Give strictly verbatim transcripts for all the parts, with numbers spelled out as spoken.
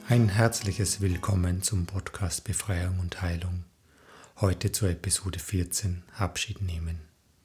Ein herzliches Willkommen zum Podcast Befreiung und Heilung. Heute zur Episode vierzehn, Abschied nehmen.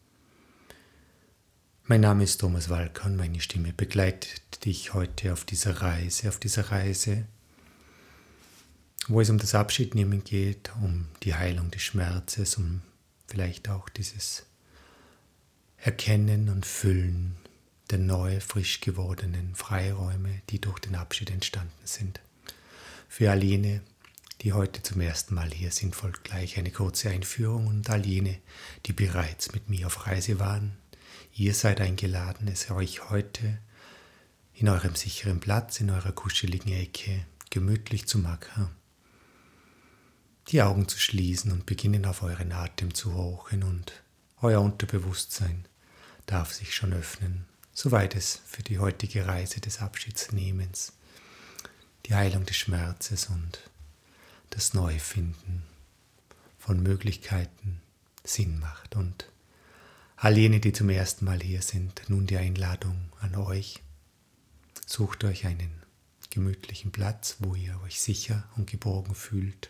Mein Name ist Thomas Walker und meine Stimme begleitet dich heute auf dieser Reise, auf dieser Reise, wo es um das Abschiednehmen geht, um die Heilung des Schmerzes, um vielleicht auch dieses Erkennen und Füllen der neu, frisch gewordenen Freiräume, die durch den Abschied entstanden sind. Für all jene, die heute zum ersten Mal hier sind, folgt gleich eine kurze Einführung und all jene, die bereits mit mir auf Reise waren, ihr seid eingeladen, es euch heute in eurem sicheren Platz, in eurer kuscheligen Ecke gemütlich zu machen, die Augen zu schließen und beginnen auf euren Atem zu horchen und euer Unterbewusstsein darf sich schon öffnen, soweit es für die heutige Reise des Abschiedsnehmens, die Heilung des Schmerzes und das Neufinden von Möglichkeiten Sinn macht. Und all jene, die zum ersten Mal hier sind, nun die Einladung an euch. Sucht euch einen gemütlichen Platz, wo ihr euch sicher und geborgen fühlt.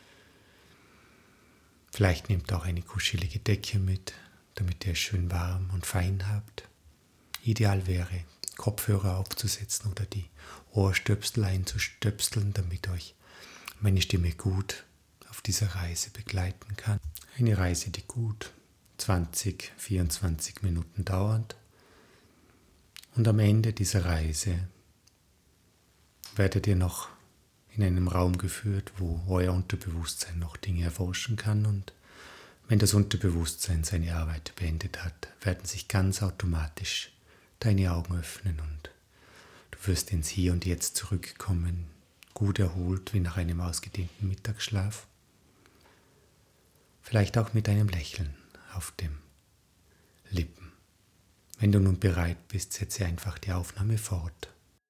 Vielleicht nehmt auch eine kuschelige Decke mit, damit ihr es schön warm und fein habt. Ideal wäre, Kopfhörer aufzusetzen oder die Ohrstöpsel einzustöpseln, damit euch meine Stimme gut auf dieser Reise begleiten kann. Eine Reise, die gut zwanzig, vierundzwanzig Minuten dauert. Und am Ende dieser Reise werdet ihr noch in einem Raum geführt, wo euer Unterbewusstsein noch Dinge erforschen kann. Und wenn das Unterbewusstsein seine Arbeit beendet hat, werden sich ganz automatisch deine Augen öffnen und du wirst ins Hier und Jetzt zurückkommen, gut erholt wie nach einem ausgedehnten Mittagsschlaf. Vielleicht auch mit einem Lächeln auf den Lippen. Wenn du nun bereit bist, setze einfach die Aufnahme fort.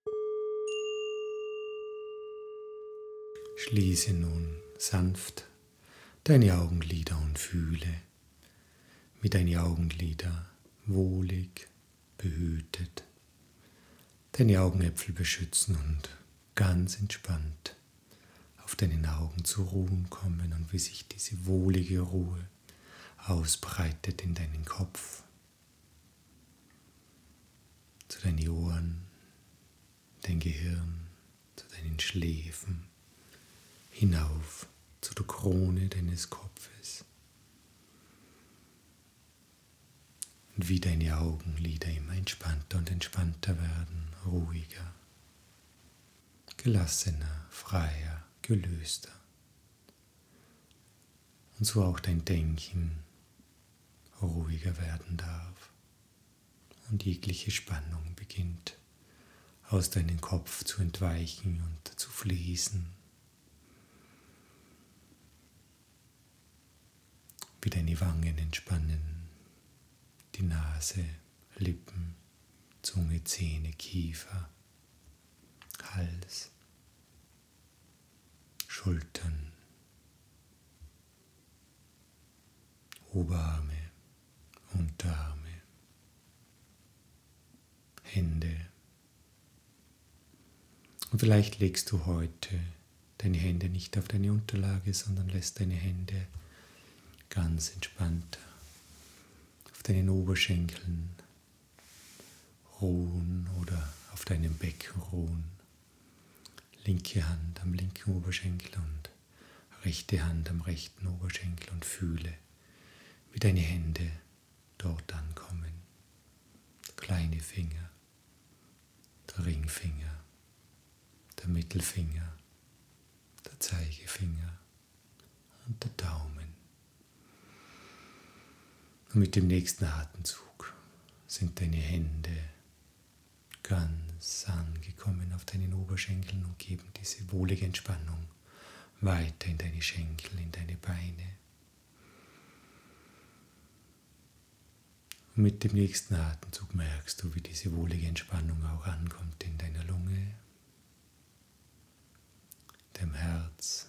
Schließe nun sanft deine Augenlider und fühle, wie deine Augenlider wohlig, behütet, deine Augenäpfel beschützen und ganz entspannt auf deinen Augen zu ruhen kommen und wie sich diese wohlige Ruhe ausbreitet in deinen Kopf, zu deinen Ohren, dein Gehirn, zu deinen Schläfen, hinauf zu der Krone deines Kopfes. Und wie deine Augenlider immer entspannter und entspannter werden, ruhiger, gelassener, freier, gelöster. Und so auch dein Denken ruhiger werden darf. Und jegliche Spannung beginnt aus deinem Kopf zu entweichen und zu fließen. Wie deine Wangen entspannen. Die Nase, Lippen, Zunge, Zähne, Kiefer, Hals, Schultern, Oberarme, Unterarme, Hände. Und vielleicht legst du heute deine Hände nicht auf deine Unterlage, sondern lässt deine Hände ganz entspannt auf deinen Oberschenkeln ruhen oder auf deinem Becken ruhen. Linke Hand am linken Oberschenkel und rechte Hand am rechten Oberschenkel und fühle, wie deine Hände dort ankommen. Der kleine Finger, der Ringfinger, der Mittelfinger, der Zeigefinger und der Daumen. Und mit dem nächsten Atemzug sind deine Hände ganz angekommen auf deinen Oberschenkeln und geben diese wohlige Entspannung weiter in deine Schenkel, in deine Beine. Und mit dem nächsten Atemzug merkst du, wie diese wohlige Entspannung auch ankommt in deiner Lunge, deinem Herz,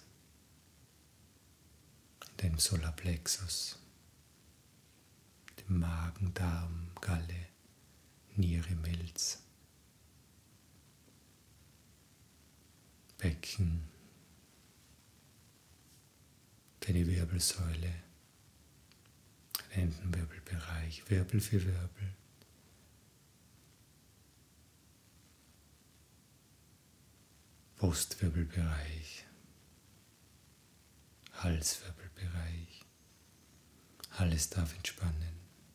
in deinem Solarplexus, dem Magen, Darm, Galle, Niere, Milz, Becken, deine Wirbelsäule, Lendenwirbelbereich, Wirbel für Wirbel. Brustwirbelbereich, Halswirbelbereich, alles darf entspannen.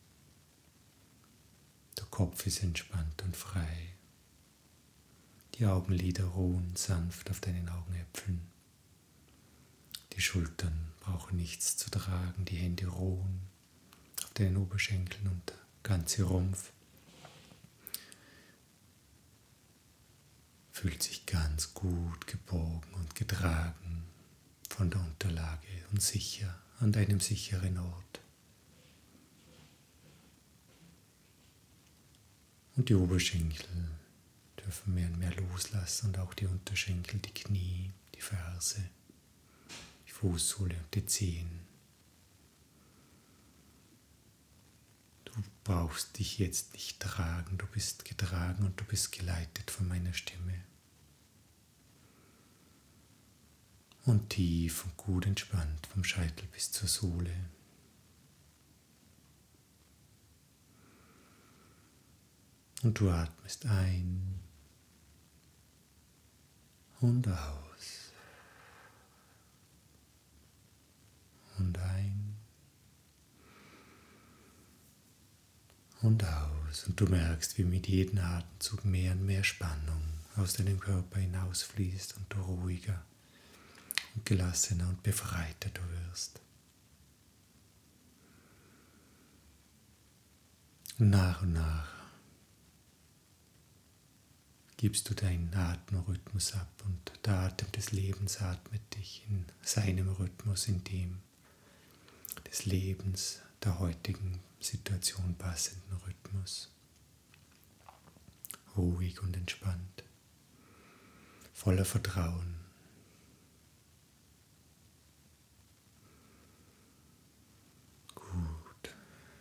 Der Kopf ist entspannt und frei. Die Augenlider ruhen sanft auf deinen Augenäpfeln. Die Schultern brauchen nichts zu tragen, die Hände ruhen auf deinen Oberschenkeln und der ganze Rumpf fühlt sich ganz gut geborgen und getragen von der Unterlage und sicher an deinem sicheren Ort. Und die Oberschenkel dürfen mehr und mehr loslassen und auch die Unterschenkel, die Knie, die Ferse, die Fußsohle und die Zehen. Du brauchst dich jetzt nicht tragen, du bist getragen und du bist geleitet von meiner Stimme. Und tief und gut entspannt vom Scheitel bis zur Sohle. Und du atmest ein und aus. Und ein und aus. Und du merkst, wie mit jedem Atemzug mehr und mehr Spannung aus deinem Körper hinausfließt und du ruhiger und gelassener und befreiter du wirst. Und nach und nach gibst du deinen Atemrhythmus ab und der Atem des Lebens atmet dich in seinem Rhythmus, in dem des Lebens, der heutigen Situation passenden Rhythmus. Ruhig und entspannt, voller Vertrauen. Gut.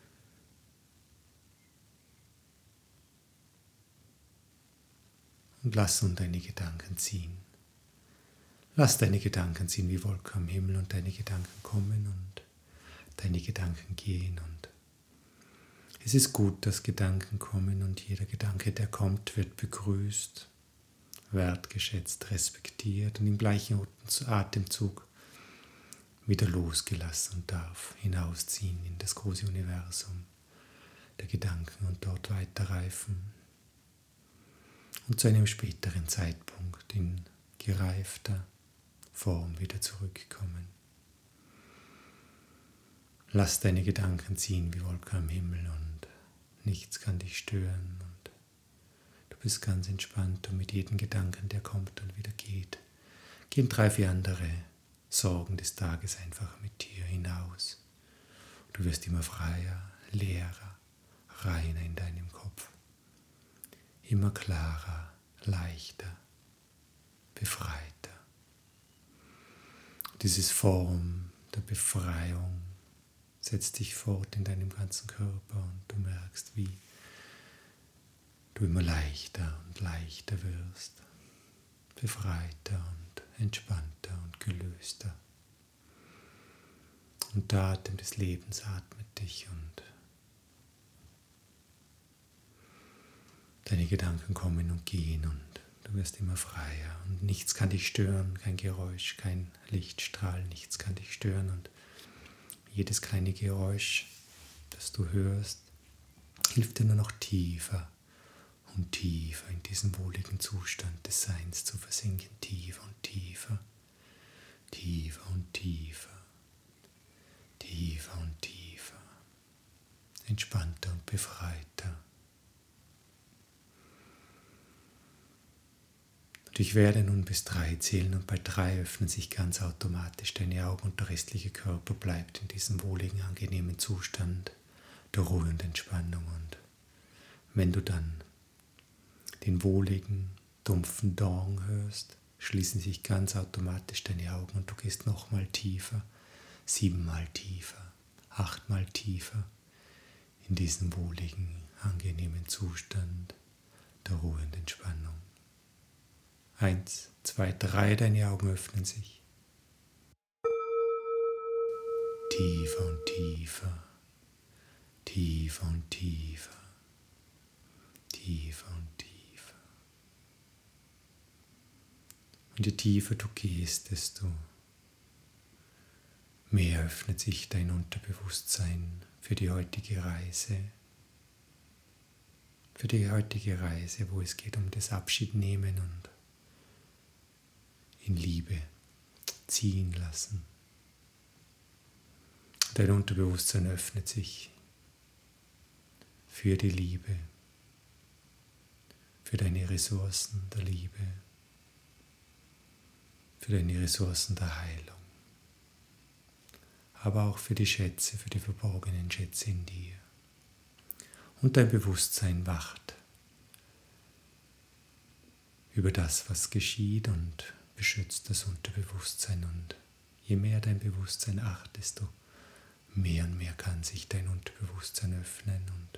Und lass nun deine Gedanken ziehen. Lass deine Gedanken ziehen wie Wolken am Himmel und deine Gedanken kommen und deine Gedanken gehen. Und es ist gut, dass Gedanken kommen und jeder Gedanke, der kommt, wird begrüßt, wertgeschätzt, respektiert und im gleichen Atemzug wieder losgelassen und darf hinausziehen in das große Universum der Gedanken und dort weiterreifen. Und zu einem späteren Zeitpunkt in gereifter Form wieder zurückkommen. Lass deine Gedanken ziehen wie Wolken am Himmel und nichts kann dich stören und du bist ganz entspannt und mit jedem Gedanken, der kommt und wieder geht, gehen drei, vier andere Sorgen des Tages einfach mit dir hinaus. Du wirst immer freier, leerer, reiner in deinem Kopf. Immer klarer, leichter, befreiter. Dieses Form der Befreiung setzt dich fort in deinem ganzen Körper und du merkst, wie du immer leichter und leichter wirst, befreiter und entspannter und gelöster. Und der Atem des Lebens atmet dich und deine Gedanken kommen und gehen und du wirst immer freier und nichts kann dich stören, kein Geräusch, kein Lichtstrahl, nichts kann dich stören und jedes kleine Geräusch, das du hörst, hilft dir nur noch tiefer und tiefer in diesen wohligen Zustand des Seins zu versinken, tiefer und tiefer, tiefer und tiefer, tiefer und tiefer, entspannter und befreiter. Und ich werde nun bis drei zählen und bei drei öffnen sich ganz automatisch deine Augen und der restliche Körper bleibt in diesem wohligen, angenehmen Zustand der Ruhe und Entspannung. Und wenn du dann den wohligen, dumpfen Dong hörst, schließen sich ganz automatisch deine Augen und du gehst nochmal tiefer, siebenmal tiefer, achtmal tiefer in diesen wohligen, angenehmen Zustand der Ruhe und Entspannung. Eins, zwei, drei, deine Augen öffnen sich. Tiefer und tiefer, tiefer und tiefer, tiefer und tiefer. Und je tiefer du gehst, desto mehr öffnet sich dein Unterbewusstsein für die heutige Reise. Für die heutige Reise, wo es geht um das Abschiednehmen und in Liebe ziehen lassen. Dein Unterbewusstsein öffnet sich für die Liebe, für deine Ressourcen der Liebe, für deine Ressourcen der Heilung, aber auch für die Schätze, für die verborgenen Schätze in dir. Und dein Bewusstsein wacht über das, was geschieht und beschützt das Unterbewusstsein. Und je mehr dein Bewusstsein acht, desto mehr und mehr kann sich dein Unterbewusstsein öffnen und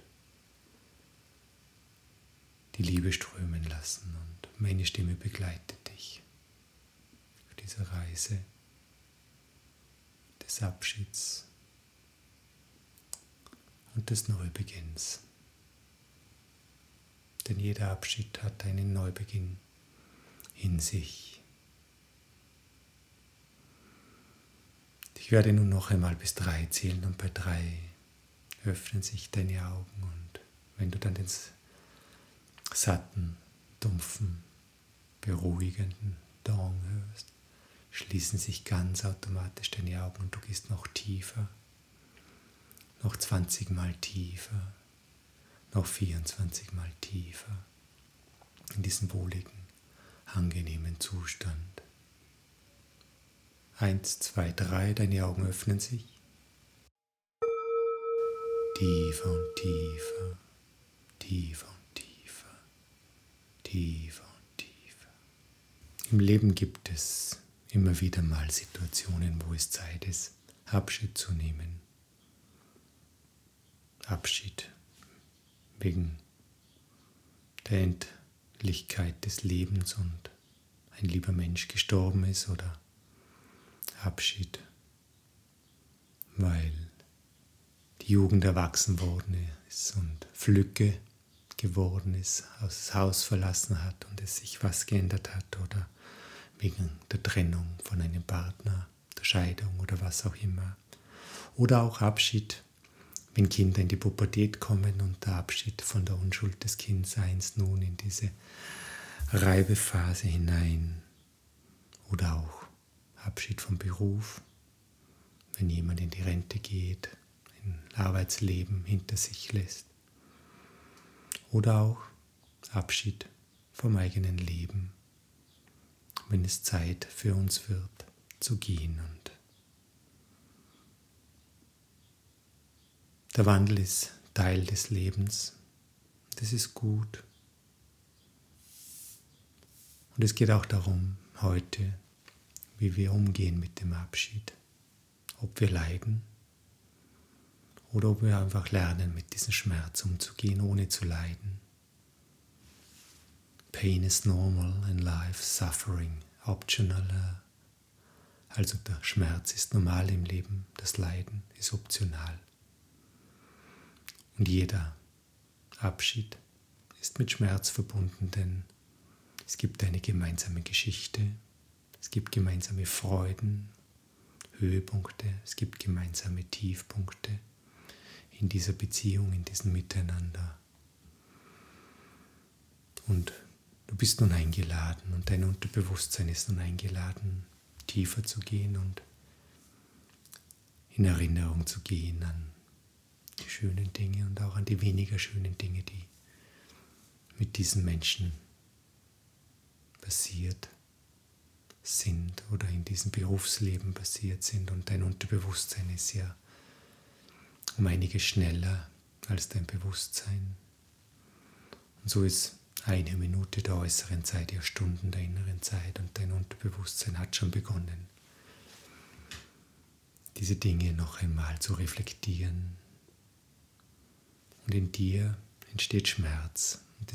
die Liebe strömen lassen. Und meine Stimme begleitet dich auf dieser Reise des Abschieds und des Neubeginns. Denn jeder Abschied hat einen Neubeginn in sich. Ich werde nun noch einmal bis drei zählen und bei drei öffnen sich deine Augen und wenn du dann den satten, dumpfen, beruhigenden Dong hörst, schließen sich ganz automatisch deine Augen und du gehst noch tiefer, noch zwanzig Mal tiefer, noch vierundzwanzig Mal tiefer in diesen wohligen, angenehmen Zustand. Eins, zwei, drei, deine Augen öffnen sich. Tiefer und tiefer, tiefer und tiefer, tiefer und tiefer. Im Leben gibt es immer wieder mal Situationen, wo es Zeit ist, Abschied zu nehmen. Abschied wegen der Endlichkeit des Lebens und ein lieber Mensch gestorben ist oder Abschied, weil die Jugend erwachsen worden ist und Flücke geworden ist, das Haus verlassen hat und es sich was geändert hat oder wegen der Trennung von einem Partner, der Scheidung oder was auch immer. Oder auch Abschied, wenn Kinder in die Pubertät kommen und der Abschied von der Unschuld des Kindseins nun in diese Reibephase hinein. Oder auch Abschied vom Beruf, wenn jemand in die Rente geht, ein Arbeitsleben hinter sich lässt. Oder auch Abschied vom eigenen Leben, wenn es Zeit für uns wird, zu gehen. Und der Wandel ist Teil des Lebens. Das ist gut. Und es geht auch darum, heute, wie wir umgehen mit dem Abschied. Ob wir leiden oder ob wir einfach lernen, mit diesem Schmerz umzugehen, ohne zu leiden. Pain is normal in life, suffering optional. Also der Schmerz ist normal im Leben, das Leiden ist optional. Und jeder Abschied ist mit Schmerz verbunden, denn es gibt eine gemeinsame Geschichte, es gibt gemeinsame Freuden, Höhepunkte, es gibt gemeinsame Tiefpunkte in dieser Beziehung, in diesem Miteinander. Und du bist nun eingeladen und dein Unterbewusstsein ist nun eingeladen, tiefer zu gehen und in Erinnerung zu gehen an die schönen Dinge und auch an die weniger schönen Dinge, die mit diesen Menschen passiert sind oder in diesem Berufsleben passiert sind. Und dein Unterbewusstsein ist ja um einiges schneller als dein Bewusstsein. Und so ist eine Minute der äußeren Zeit ja Stunden der inneren Zeit und dein Unterbewusstsein hat schon begonnen, diese Dinge noch einmal zu reflektieren. Und in dir entsteht Schmerz. Und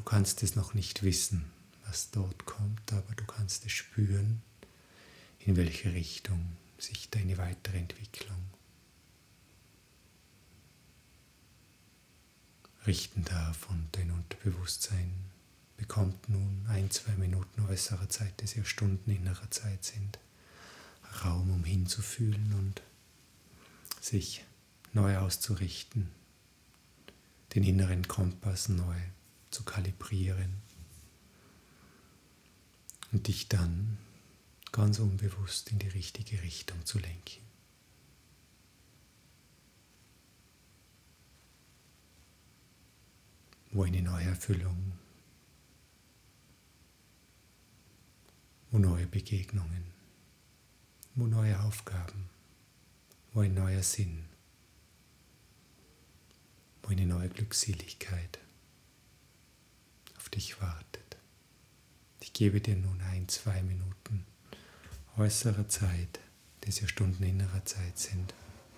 Du kannst es noch nicht wissen, was dort kommt, aber du kannst es spüren, in welche Richtung sich deine weitere Entwicklung richten darf. Und dein Unterbewusstsein bekommt nun ein, zwei Minuten äußerer Zeit, die ja Stunden innerer Zeit sind, Raum, um hinzufühlen und sich neu auszurichten, den inneren Kompass neu zu kalibrieren und dich dann ganz unbewusst in die richtige Richtung zu lenken. Wo eine neue Erfüllung, wo neue Begegnungen, wo neue Aufgaben, wo ein neuer Sinn, wo eine neue Glückseligkeit auf dich wartet. Ich gebe dir nun ein, zwei Minuten äußerer Zeit, die ja Stunden innerer Zeit sind,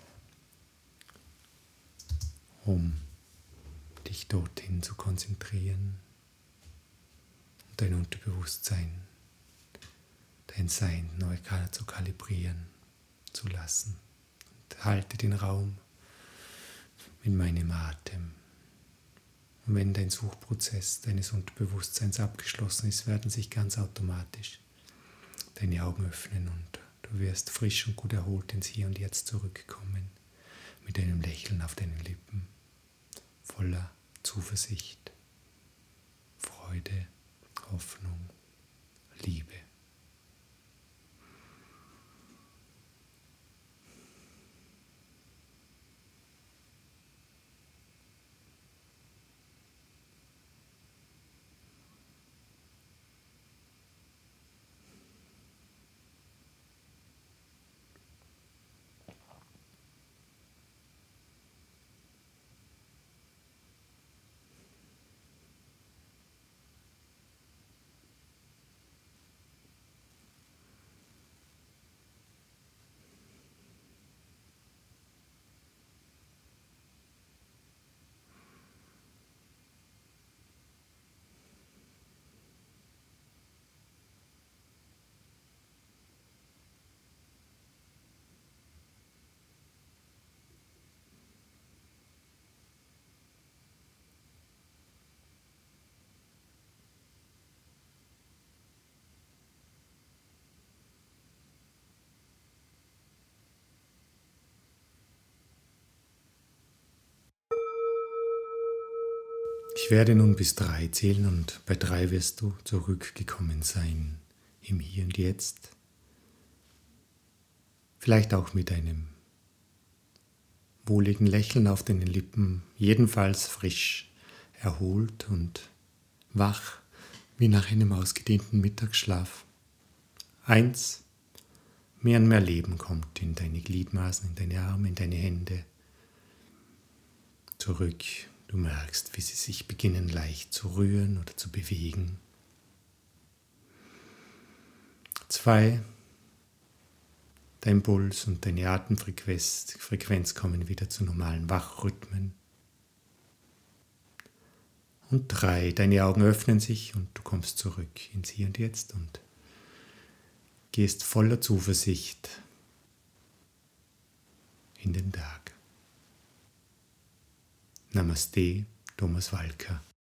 um dich dorthin zu konzentrieren und dein Unterbewusstsein, dein Sein neu zu kalibrieren zu lassen. Und halte den Raum mit meinem Atem. Und wenn dein Suchprozess deines Unterbewusstseins abgeschlossen ist, werden sich ganz automatisch deine Augen öffnen und du wirst frisch und gut erholt ins Hier und Jetzt zurückkommen, mit einem Lächeln auf deinen Lippen, voller Zuversicht, Freude, Hoffnung, Liebe. Ich werde nun bis drei zählen und bei drei wirst du zurückgekommen sein im Hier und Jetzt. Vielleicht auch mit einem wohligen Lächeln auf deinen Lippen, jedenfalls frisch, erholt und wach wie nach einem ausgedehnten Mittagsschlaf. Eins, mehr und mehr Leben kommt in deine Gliedmaßen, in deine Arme, in deine Hände. Zurück. Du merkst, wie sie sich beginnen leicht zu rühren oder zu bewegen. Zwei, dein Puls und deine Atemfrequenz Frequenz kommen wieder zu normalen Wachrhythmen. Und drei, deine Augen öffnen sich und du kommst zurück ins Hier und Jetzt und gehst voller Zuversicht in den Tag. Namaste, Thomas Walker.